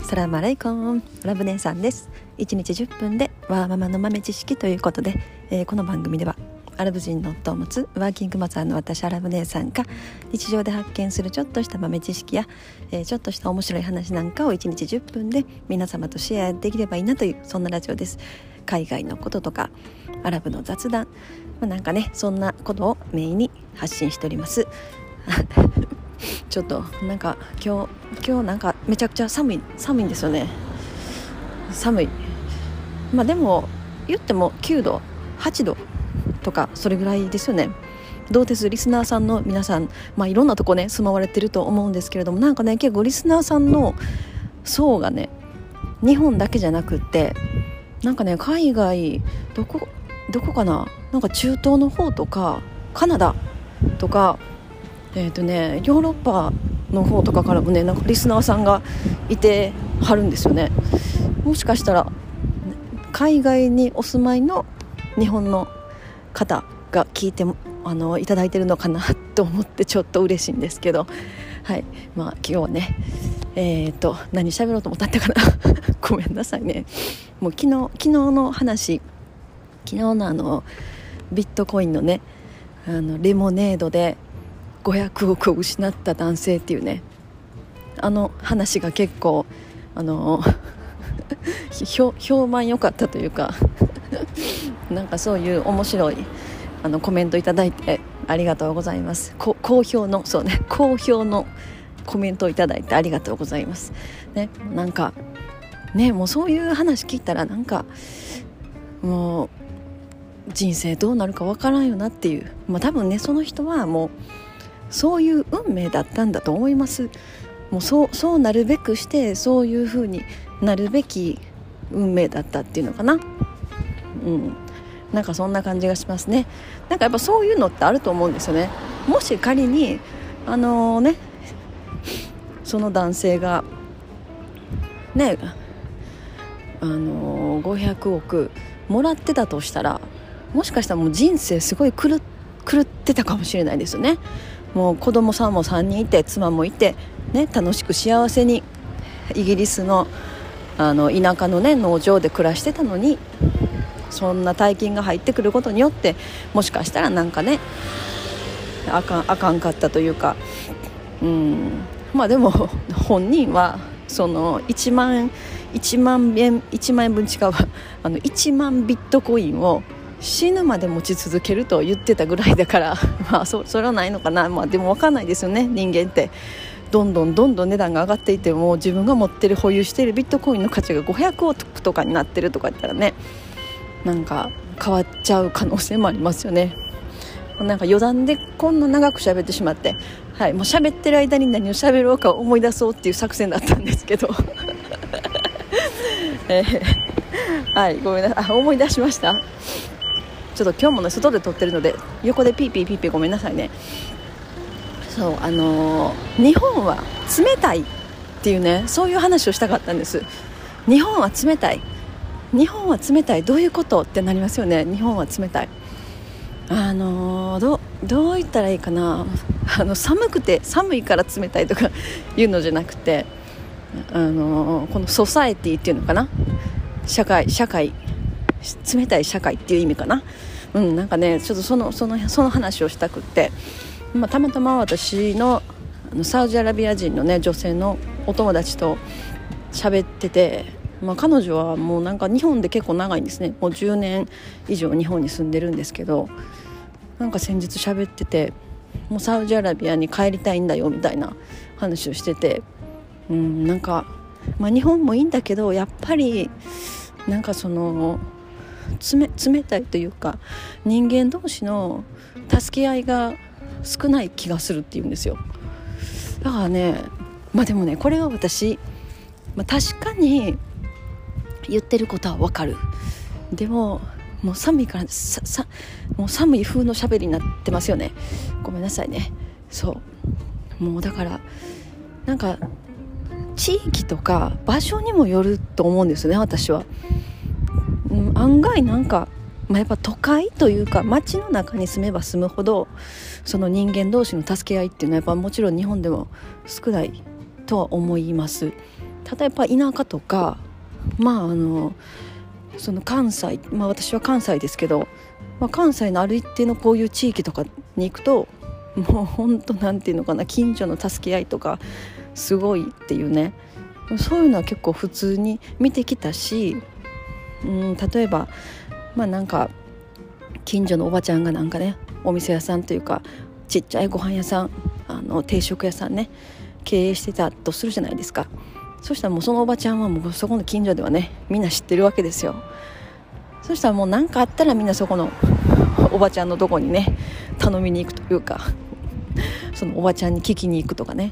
サラマレイコン、ラブ姉さんです。1日10分でワーママの豆知識ということで、この番組ではアラブ人の夫を持つワーキングマザーの私アラブ姉さんが日常で発見するちょっとした豆知識や、ちょっとした面白い話なんかを1日10分で皆様とシェアできればいいなという、そんなラジオです。海外のこととかアラブの雑談、なんかね、そんなことをメインに発信しておりますちょっとなんか今日なんかめちゃくちゃ寒いんですよね。寒い。でも言っても9度8度とかそれぐらいですよね。どうです？リスナーさんの皆さん、いろんなとこね住まわれてると思うんですけれども、なんかね、結構リスナーさんの層がね、日本だけじゃなくって、なんかね、海外どこかな、なんか中東の方とかカナダとかヨーロッパの方とかからもね、なんかリスナーさんがいてはるんですよね。もしかしたら海外にお住まいの日本の方が聞いていただいてるのかなと思ってちょっと嬉しいんですけど、はい、今日はね、何喋ろうと思ったかなごめんなさいね。もう昨日の話、昨日のビットコインのね、レモネードで500億を失った男性っていうね、話が結構評判良かったというかなんかそういう面白いコメントいただいてありがとうございます。好評のコメントをいただいてありがとうございますね。なんかね、もうそういう話聞いたら、なんかもう人生どうなるかわからんよなっていう、多分ね、その人はもうそういう運命だったんだと思います。もうそうなるべくして、そういう風になるべき運命だったっていうのかな。なんかそんな感じがしますね。なんかやっぱそういうのってあると思うんですよね。もし仮にその男性がね、500億もらってたとしたら、もしかしたらもう人生すごい狂ってたかもしれないですよね。もう子供さんも3人いて、妻もいて、ね、楽しく幸せにイギリスの田舎のね農場で暮らしてたのに、そんな大金が入ってくることによって、もしかしたらなんかね、あかんかったというか、でも本人はその1万円分違うわ1万ビットコインを死ぬまで持ち続けると言ってたぐらいだからそれはないのかな。でも分かんないですよね。人間ってどんどん値段が上がっていても、自分が持ってる保有しているビットコインの価値が500億とかになってるとか言ったらね、なんか変わっちゃう可能性もありますよね。なんか余談でこんな長く喋ってしまって、もう喋ってる間に何を喋ろうか思い出そうっていう作戦だったんですけどごめんなさい。思い出しました。ちょっと今日もね外で撮ってるので、横でピーピーごめんなさいね。そう、日本は冷たいっていうね、そういう話をしたかったんです。日本は冷たいどういうことってなりますよね。日本は冷たい、どう言ったらいいかな。寒いから冷たいとかいうのじゃなくて、このソサエティっていうのかな、社会冷たい社会っていう意味かな。なんかね、ちょっとその話をしたくって、たまたま私のサウジアラビア人のね女性のお友達と喋ってて、彼女はもうなんか日本で結構長いんですね。もう10年以上日本に住んでるんですけど、なんか先日喋ってて、もうサウジアラビアに帰りたいんだよみたいな話をしてて、なんか、日本もいいんだけど、やっぱりなんかその冷たいというか、人間同士の助け合いが少ない気がするっていうんですよ。だからね、でもね、これは私、確かに言ってることはわかる。でももう寒いからもう寒い風の喋りになってますよね。ごめんなさいね。そうもうだからなんか地域とか場所にもよると思うんですよね、私は。案外なんか、やっぱ都会というか街の中に住めば住むほど、その人間同士の助け合いっていうのはやっぱもちろん日本でも少ないとは思います。 例えば田舎とか、その関西、私は関西ですけど、関西のある一定のこういう地域とかに行くと、もう本当なんていうのかな、近所の助け合いとかすごいっていうね、そういうのは結構普通に見てきたし、例えばなんか近所のおばちゃんがなんかね、お店屋さんというかちっちゃいご飯屋さん、定食屋さんね経営してたとするじゃないですか。そしたらもうそのおばちゃんはもうそこの近所ではねみんな知ってるわけですよ。そしたらもう何かあったらみんなそこのおばちゃんのとこにね頼みに行くというかそのおばちゃんに聞きに行くとかね、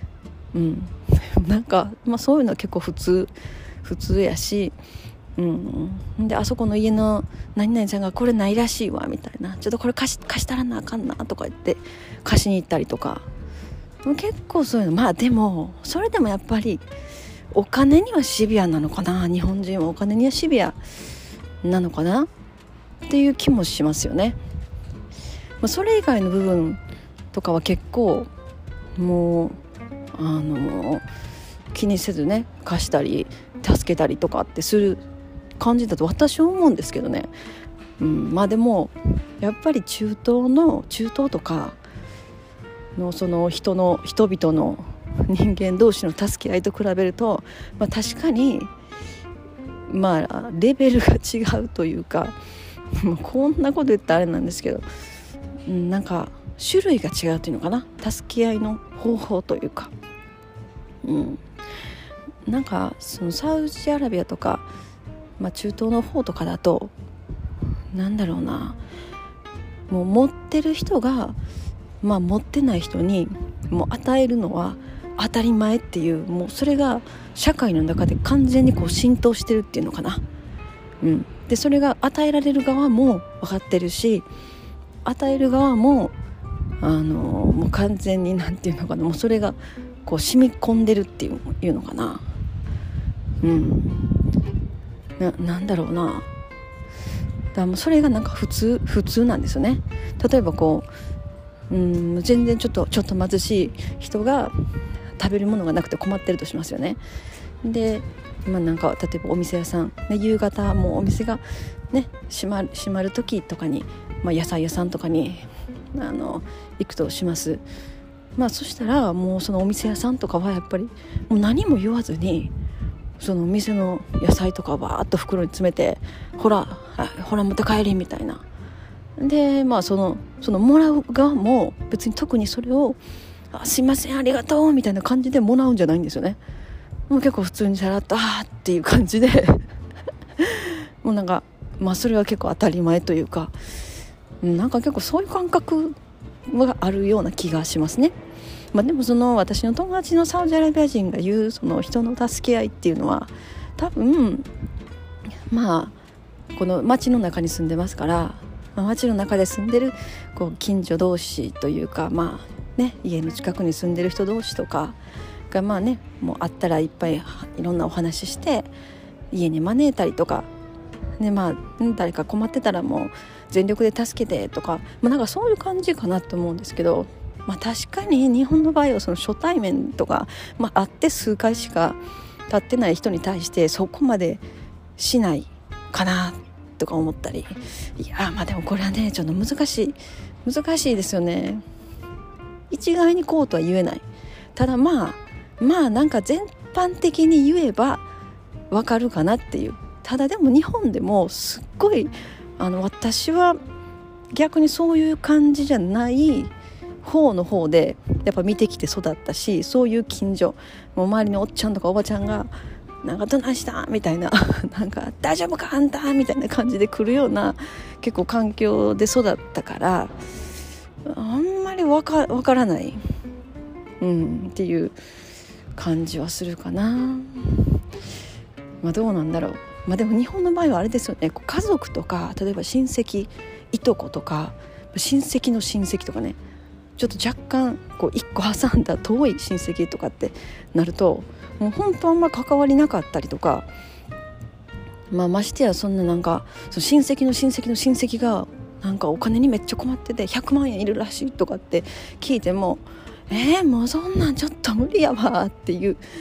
なんか、そういうのは結構普通やし、であそこの家の何々ちゃんがこれないらしいわみたいな、ちょっとこれ貸したらなあかんなとか言って貸しに行ったりとか、結構そういうの。でもそれでもやっぱりお金にはシビアなのかな、日本人はお金にはシビアなのかなっていう気もしますよね。それ以外の部分とかは結構もう気にせずね貸したり助けたりとかってする感じだと私は思うんですけどね。でもやっぱり中東とかのその人々の人間同士の助け合いと比べると、確かにレベルが違うというかこんなこと言ったらあれなんですけど、なんか種類が違うというのかな、助け合いの方法というか、なんかそのサウジアラビアとか、中東の方とかだとなんだろうな、もう持ってる人が、持ってない人にもう与えるのは当たり前っていう、もうそれが社会の中で完全にこう浸透してるっていうのかな。でそれが与えられる側も分かってるし、与える側ももう完全になんていうのかな、もうそれがこう染み込んでるっていうのかな。なんだろうな、だからもうそれがなんか普通なんですよね。例えばこう全然ちょっと貧しい人が食べるものがなくて困ってるとしますよね。でなんか例えばお店屋さん、夕方もうお店がね閉まる時とかに、野菜屋さんとかに行くとします。そしたらもうそのお店屋さんとかはやっぱりもう何も言わずにそのお店の野菜とかをバーッと袋に詰めて、ほら持って帰りみたいな。でそのもらう側も別に特にそれをすいませんありがとうみたいな感じでもらうんじゃないんですよね。もう結構普通にさらっとっていう感じでもうなんかそれは結構当たり前というか、なんか結構そういう感覚があるような気がしますね。でもその私の友達のサウジアラビア人が言うその人の助け合いっていうのは多分この町の中に住んでますから、町の中で住んでるこう近所同士というか、家の近くに住んでる人同士とかがもう会ったらいっぱいいろんなお話しして家に招いたりとか、誰か困ってたらもう全力で助けてとか、なんかそういう感じかなと思うんですけど、確かに日本の場合はその初対面とか、会って数回しか経ってない人に対してそこまでしないかなとか思ったり、いやでもこれはねちょっと難しいですよね。一概にこうとは言えない。ただなんか全般的に言えばわかるかなっていう。ただでも日本でもすっごい私は逆にそういう感じじゃない方でやっぱ見てきて育ったし、そういう近所もう周りのおっちゃんとかおばちゃんがなんかどないしたみたいななんか大丈夫かあんたみたいな感じで来るような結構環境で育ったから、あんまりわからない、っていう感じはするかな。どうなんだろう。でも日本の場合はあれですよね、家族とか例えば親戚いとことか親戚の親戚とかね、ちょっと若干一個挟んだ遠い親戚とかってなるともう本当あんま関わりなかったりとか、ましてやそんななんかその親戚の親戚の親戚がなんかお金にめっちゃ困ってて100万円いるらしいとかって聞いてももうそんなんちょっと無理やわっていう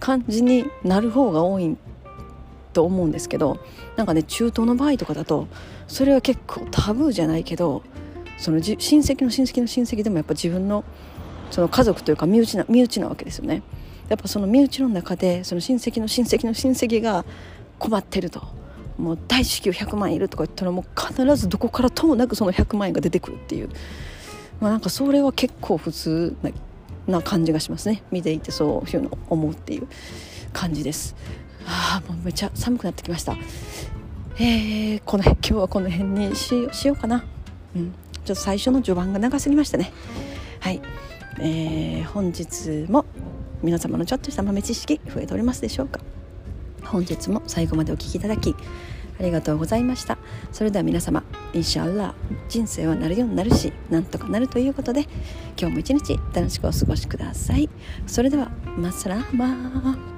感じになる方が多いと思うんですけど、なんかね中東の場合とかだとそれは結構タブーじゃないけど、その親戚の親戚の親戚でもやっぱ自分のその家族というか身内なわけですよね。やっぱその身内の中でその親戚の親戚の親戚が困ってると、もう大至急100万円いるとか言ったら、もう必ずどこからともなくその100万円が出てくるっていう、なんかそれは結構普通な感じがしますね。見ていてそういうのを思うっていう感じです。もうめっちゃ寒くなってきました。今日はこの辺にしようかな。ちょっと最初の序盤が長すぎましたね。はい、本日も皆様のちょっとした豆知識増えておりますでしょうか。本日も最後までお聞きいただきありがとうございました。それでは皆様、インシャアラー、人生はなるようになるし、なんとかなるということで、今日も一日楽しくお過ごしください。それではマッサラーマー。